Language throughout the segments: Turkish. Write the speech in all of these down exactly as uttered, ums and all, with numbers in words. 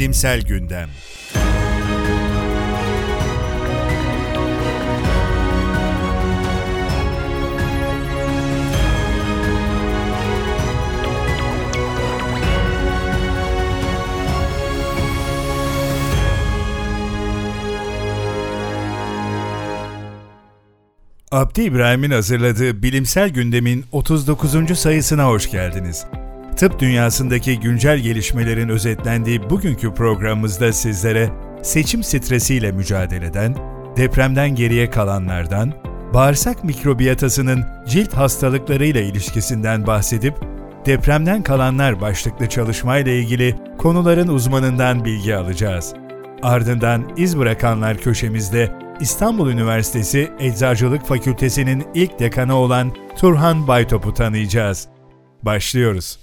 Bilimsel Gündem. Abdi İbrahim'in hazırladığı Bilimsel Gündem'in otuz dokuzuncu sayısına hoş geldiniz. Tıp dünyasındaki güncel gelişmelerin özetlendiği bugünkü programımızda sizlere seçim stresiyle mücadeleden, depremden geriye kalanlardan, bağırsak mikrobiyatasının cilt hastalıklarıyla ilişkisinden bahsedip, depremden kalanlar başlıklı çalışmayla ilgili konuların uzmanından bilgi alacağız. Ardından iz bırakanlar köşemizde İstanbul Üniversitesi Eczacılık Fakültesi'nin ilk dekanı olan Turhan Baytop'u tanıyacağız. Başlıyoruz.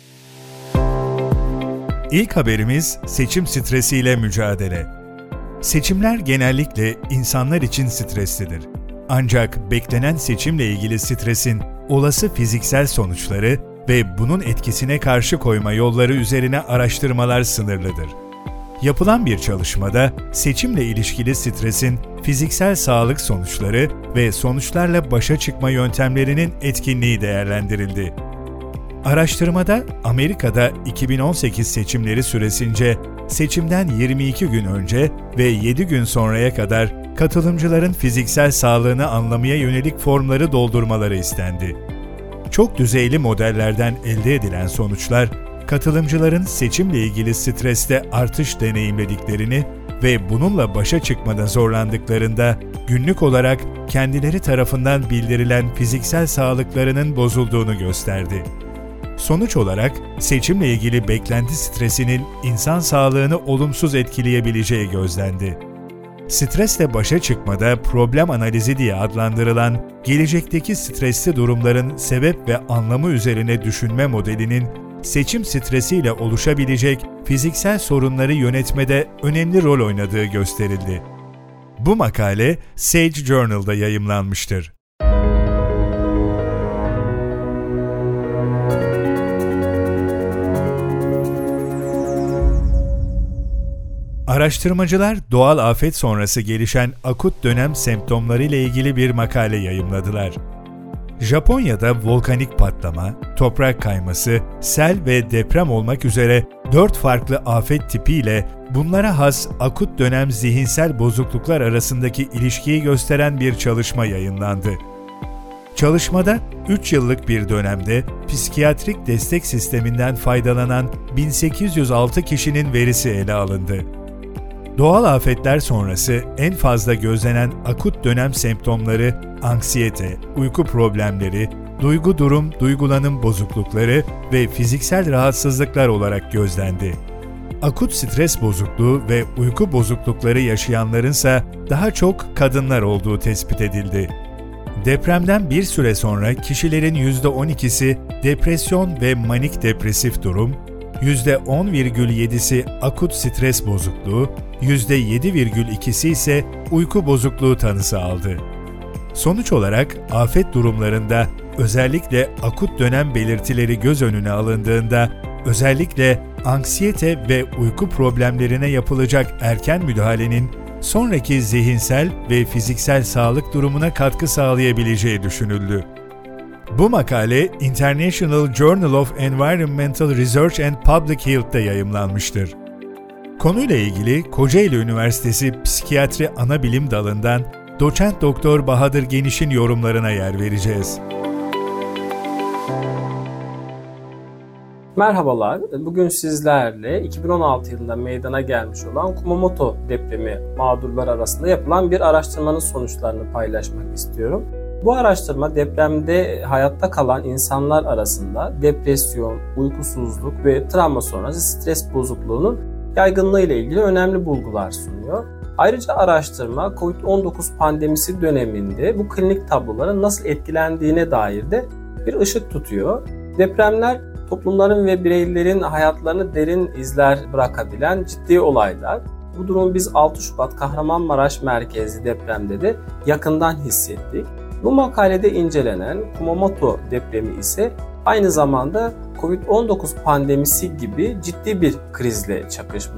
İlk haberimiz seçim stresiyle mücadele. Seçimler genellikle insanlar için streslidir. Ancak beklenen seçimle ilgili stresin olası fiziksel sonuçları ve bunun etkisine karşı koyma yolları üzerine araştırmalar sınırlıdır. Yapılan bir çalışmada seçimle ilişkili stresin fiziksel sağlık sonuçları ve sonuçlarla başa çıkma yöntemlerinin etkinliği değerlendirildi. Araştırmada Amerika'da iki bin on sekiz seçimleri süresince seçimden yirmi iki gün önce ve yedi gün sonraya kadar katılımcıların fiziksel sağlığını anlamaya yönelik formları doldurmaları istendi. Çok düzeyli modellerden elde edilen sonuçlar, katılımcıların seçimle ilgili streste artış deneyimlediklerini ve bununla başa çıkmada zorlandıklarında günlük olarak kendileri tarafından bildirilen fiziksel sağlıklarının bozulduğunu gösterdi. Sonuç olarak seçimle ilgili beklenti stresinin insan sağlığını olumsuz etkileyebileceği gözlendi. Stresle başa çıkmada problem analizi diye adlandırılan gelecekteki stresli durumların sebep ve anlamı üzerine düşünme modelinin seçim stresiyle oluşabilecek fiziksel sorunları yönetmede önemli rol oynadığı gösterildi. Bu makale Sage Journal'da yayımlanmıştır. Araştırmacılar doğal afet sonrası gelişen akut dönem semptomları ile ilgili bir makale yayımladılar. Japonya'da volkanik patlama, toprak kayması, sel ve deprem olmak üzere dört farklı afet tipiyle bunlara has akut dönem zihinsel bozukluklar arasındaki ilişkiyi gösteren bir çalışma yayınlandı. Çalışmada üç yıllık bir dönemde psikiyatrik destek sisteminden faydalanan bin sekiz yüz altı kişinin verisi ele alındı. Doğal afetler sonrası en fazla gözlenen akut dönem semptomları anksiyete, uyku problemleri, duygu durum, duygulanım bozuklukları ve fiziksel rahatsızlıklar olarak gözlendi. Akut stres bozukluğu ve uyku bozuklukları yaşayanlarınsa daha çok kadınlar olduğu tespit edildi. Depremden bir süre sonra kişilerin yüzde on ikisi depresyon ve manik depresif durum, yüzde on virgül yedisi akut stres bozukluğu, yüzde yedi virgül ikisi ise uyku bozukluğu tanısı aldı. Sonuç olarak afet durumlarında özellikle akut dönem belirtileri göz önüne alındığında özellikle anksiyete ve uyku problemlerine yapılacak erken müdahalenin sonraki zihinsel ve fiziksel sağlık durumuna katkı sağlayabileceği düşünüldü. Bu makale International Journal of Environmental Research and Public Health'ta yayımlanmıştır. Konuyla ilgili Kocaeli Üniversitesi Psikiyatri Anabilim Dalı'ndan Doçent Doktor Bahadır Geniş'in yorumlarına yer vereceğiz. Merhabalar, bugün sizlerle iki bin on altı yılında meydana gelmiş olan Kumamoto depremi mağdurlar arasında yapılan bir araştırmanın sonuçlarını paylaşmak istiyorum. Bu araştırma depremde hayatta kalan insanlar arasında depresyon, uykusuzluk ve travma sonrası stres bozukluğunun yaygınlığı ile ilgili önemli bulgular sunuyor. Ayrıca araştırma kovid on dokuz pandemisi döneminde bu klinik tabloların nasıl etkilendiğine dair de bir ışık tutuyor. Depremler toplumların ve bireylerin hayatlarını derin izler bırakabilen ciddi olaylar. Bu durumu biz altı Şubat Kahramanmaraş merkezli depremde de yakından hissettik. Bu makalede incelenen Kumamoto depremi ise aynı zamanda kovid on dokuz pandemisi gibi ciddi bir krizle çakışmış.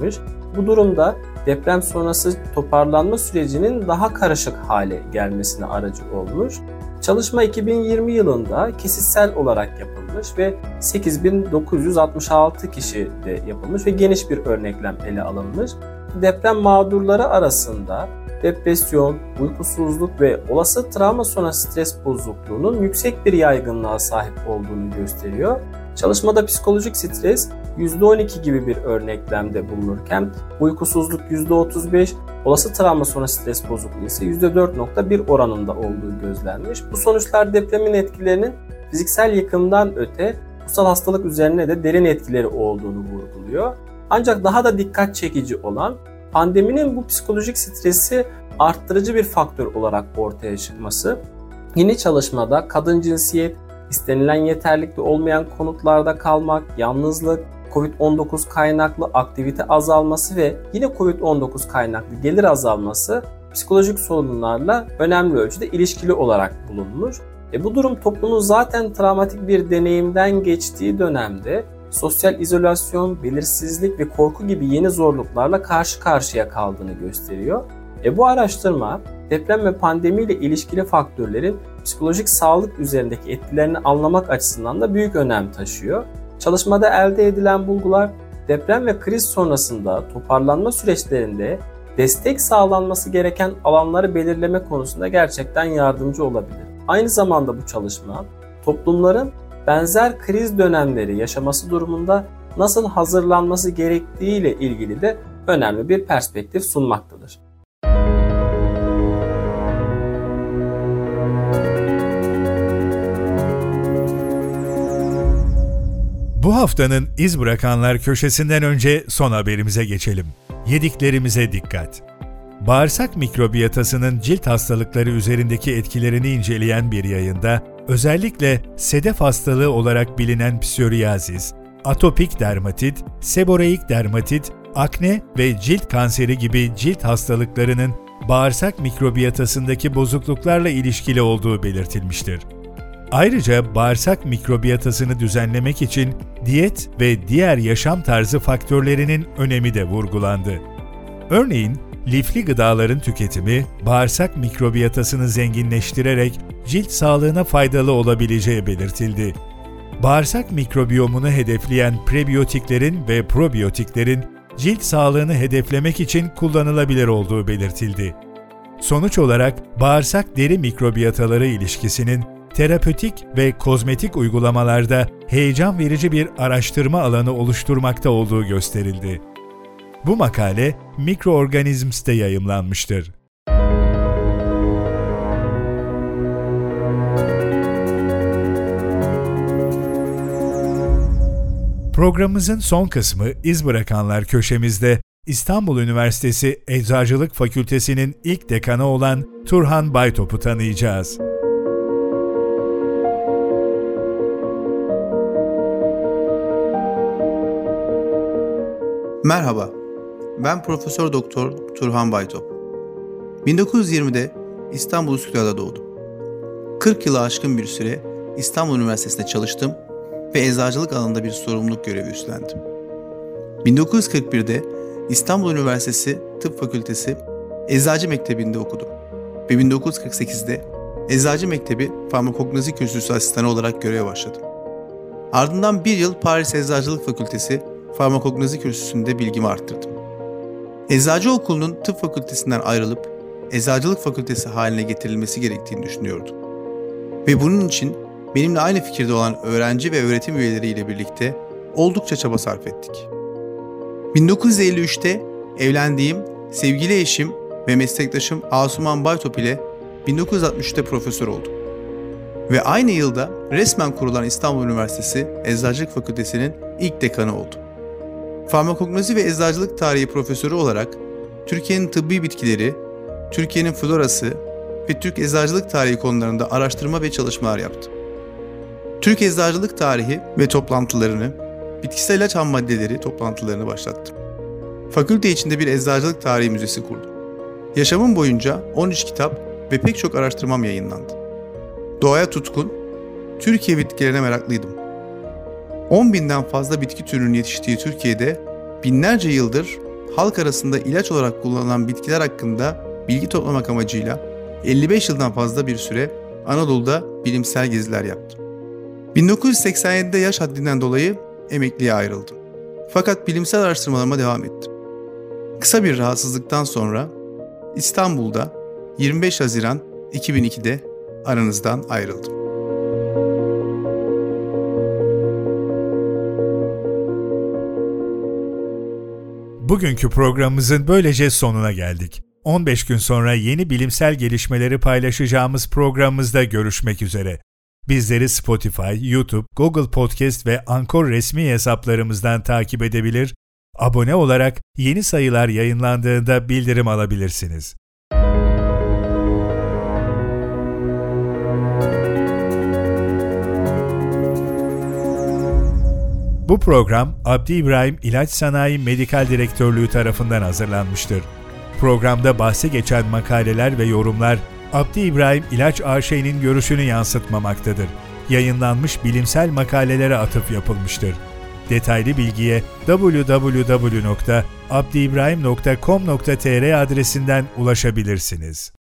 Bu durumda deprem sonrası toparlanma sürecinin daha karışık hale gelmesine aracı olmuş. Çalışma iki bin yirmi yılında kesitsel olarak yapılmış ve sekiz bin dokuz yüz altmış altı kişi de yapılmış ve geniş bir örneklem ele alınmış. Deprem mağdurları arasında depresyon, uykusuzluk ve olası travma sonrası stres bozukluğunun yüksek bir yaygınlığa sahip olduğunu gösteriyor. Çalışmada psikolojik stres yüzde on iki gibi bir örneklemde bulunurken uykusuzluk yüzde otuz beş, olası travma sonrası stres bozukluğu ise yüzde dört nokta bir oranında olduğu gözlenmiş. Bu sonuçlar depremin etkilerinin fiziksel yıkımdan öte ruhsal hastalık üzerine de derin etkileri olduğunu vurguluyor. Ancak daha da dikkat çekici olan pandeminin bu psikolojik stresi arttırıcı bir faktör olarak ortaya çıkması. Yeni çalışmada kadın cinsiyet, istenilen yeterlikte olmayan konutlarda kalmak, yalnızlık, kovid on dokuz kaynaklı aktivite azalması ve yine kovid on dokuz kaynaklı gelir azalması psikolojik sorunlarla önemli ölçüde ilişkili olarak bulunmuş. E bu durum toplumun zaten travmatik bir deneyimden geçtiği dönemde sosyal izolasyon, belirsizlik ve korku gibi yeni zorluklarla karşı karşıya kaldığını gösteriyor. E bu araştırma deprem ve pandemiyle ilişkili faktörlerin psikolojik sağlık üzerindeki etkilerini anlamak açısından da büyük önem taşıyor. Çalışmada elde edilen bulgular deprem ve kriz sonrasında toparlanma süreçlerinde destek sağlanması gereken alanları belirleme konusunda gerçekten yardımcı olabilir. Aynı zamanda bu çalışma toplumların benzer kriz dönemleri yaşaması durumunda nasıl hazırlanması gerektiği ile ilgili de önemli bir perspektif sunmaktadır. Bu haftanın iz bırakanlar köşesinden önce son haberimize geçelim. Yediklerimize dikkat. Bağırsak mikrobiyatasının cilt hastalıkları üzerindeki etkilerini inceleyen bir yayında, özellikle sedef hastalığı olarak bilinen psoriasis, atopik dermatit, seboreik dermatit, akne ve cilt kanseri gibi cilt hastalıklarının bağırsak mikrobiyatasındaki bozukluklarla ilişkili olduğu belirtilmiştir. Ayrıca bağırsak mikrobiyatasını düzenlemek için diyet ve diğer yaşam tarzı faktörlerinin önemi de vurgulandı. Örneğin, lifli gıdaların tüketimi, bağırsak mikrobiyatasını zenginleştirerek cilt sağlığına faydalı olabileceği belirtildi. Bağırsak mikrobiyomunu hedefleyen prebiyotiklerin ve probiyotiklerin cilt sağlığını hedeflemek için kullanılabilir olduğu belirtildi. Sonuç olarak bağırsak-deri mikrobiyataları ilişkisinin terapötik ve kozmetik uygulamalarda heyecan verici bir araştırma alanı oluşturmakta olduğu gösterildi. Bu makale Microorganisms'te yayımlanmıştır. Programımızın son kısmı iz bırakanlar köşemizde İstanbul Üniversitesi Eczacılık Fakültesi'nin ilk dekanı olan Turhan Baytop'u tanıyacağız. Merhaba, ben Profesör Doktor Turhan Baytop. bin dokuz yüz yirmide İstanbul Üsküdar'da doğdum. kırk yılı aşkın bir süre İstanbul Üniversitesi'nde çalıştım ve eczacılık alanında bir sorumluluk görevi üstlendim. bin dokuz yüz kırk birde İstanbul Üniversitesi Tıp Fakültesi Eczacı Mektebi'nde okudum ve bin dokuz yüz kırk sekizde Eczacı Mektebi Farmakognozi Kürsüsü asistanı olarak göreve başladım. Ardından bir yıl Paris Eczacılık Fakültesi Farmakognozi Kürsüsü'nde bilgimi arttırdım. Eczacı Okulu'nun tıp fakültesinden ayrılıp Eczacılık Fakültesi haline getirilmesi gerektiğini düşünüyordum. Ve bunun için benimle aynı fikirde olan öğrenci ve öğretim üyeleriyle birlikte oldukça çaba sarf ettik. bin dokuz yüz elli üçte evlendiğim sevgili eşim ve meslektaşım Asuman Baytop ile bin dokuz yüz altmış üçte profesör oldum. Ve aynı yılda resmen kurulan İstanbul Üniversitesi Eczacılık Fakültesi'nin ilk dekanı oldum. Farmakognozi ve eczacılık tarihi profesörü olarak Türkiye'nin tıbbi bitkileri, Türkiye'nin florası ve Türk eczacılık tarihi konularında araştırma ve çalışmalar yaptım. Türk eczacılık tarihi ve toplantılarını, bitkisel ilaç ham maddeleri toplantılarını başlattım. Fakülte içinde bir eczacılık tarihi müzesi kurdum. Yaşamım boyunca on üç kitap ve pek çok araştırmam yayınlandı. Doğaya tutkun, Türkiye bitkilerine meraklıydım. on binden fazla bitki türünün yetiştiği Türkiye'de binlerce yıldır halk arasında ilaç olarak kullanılan bitkiler hakkında bilgi toplamak amacıyla elli beş yıldan fazla bir süre Anadolu'da bilimsel geziler yaptım. bin dokuz yüz seksen yedide yaş haddinden dolayı emekliye ayrıldım. Fakat bilimsel araştırmalarıma devam ettim. Kısa bir rahatsızlıktan sonra İstanbul'da yirmi beş Haziran iki bin ikide aranızdan ayrıldım. Bugünkü programımızın böylece sonuna geldik. on beş gün sonra yeni bilimsel gelişmeleri paylaşacağımız programımızda görüşmek üzere. Bizleri Spotify, YouTube, Google Podcast ve Anchor resmi hesaplarımızdan takip edebilir, abone olarak yeni sayılar yayınlandığında bildirim alabilirsiniz. Bu program Abdi İbrahim İlaç Sanayi Medikal Direktörlüğü tarafından hazırlanmıştır. Programda bahse geçen makaleler ve yorumlar Abdi İbrahim İlaç A Ş'nin görüşünü yansıtmamaktadır. Yayınlanmış bilimsel makalelere atıf yapılmıştır. Detaylı bilgiye double-u double-u double-u nokta abdiibrahim nokta com nokta tr adresinden ulaşabilirsiniz.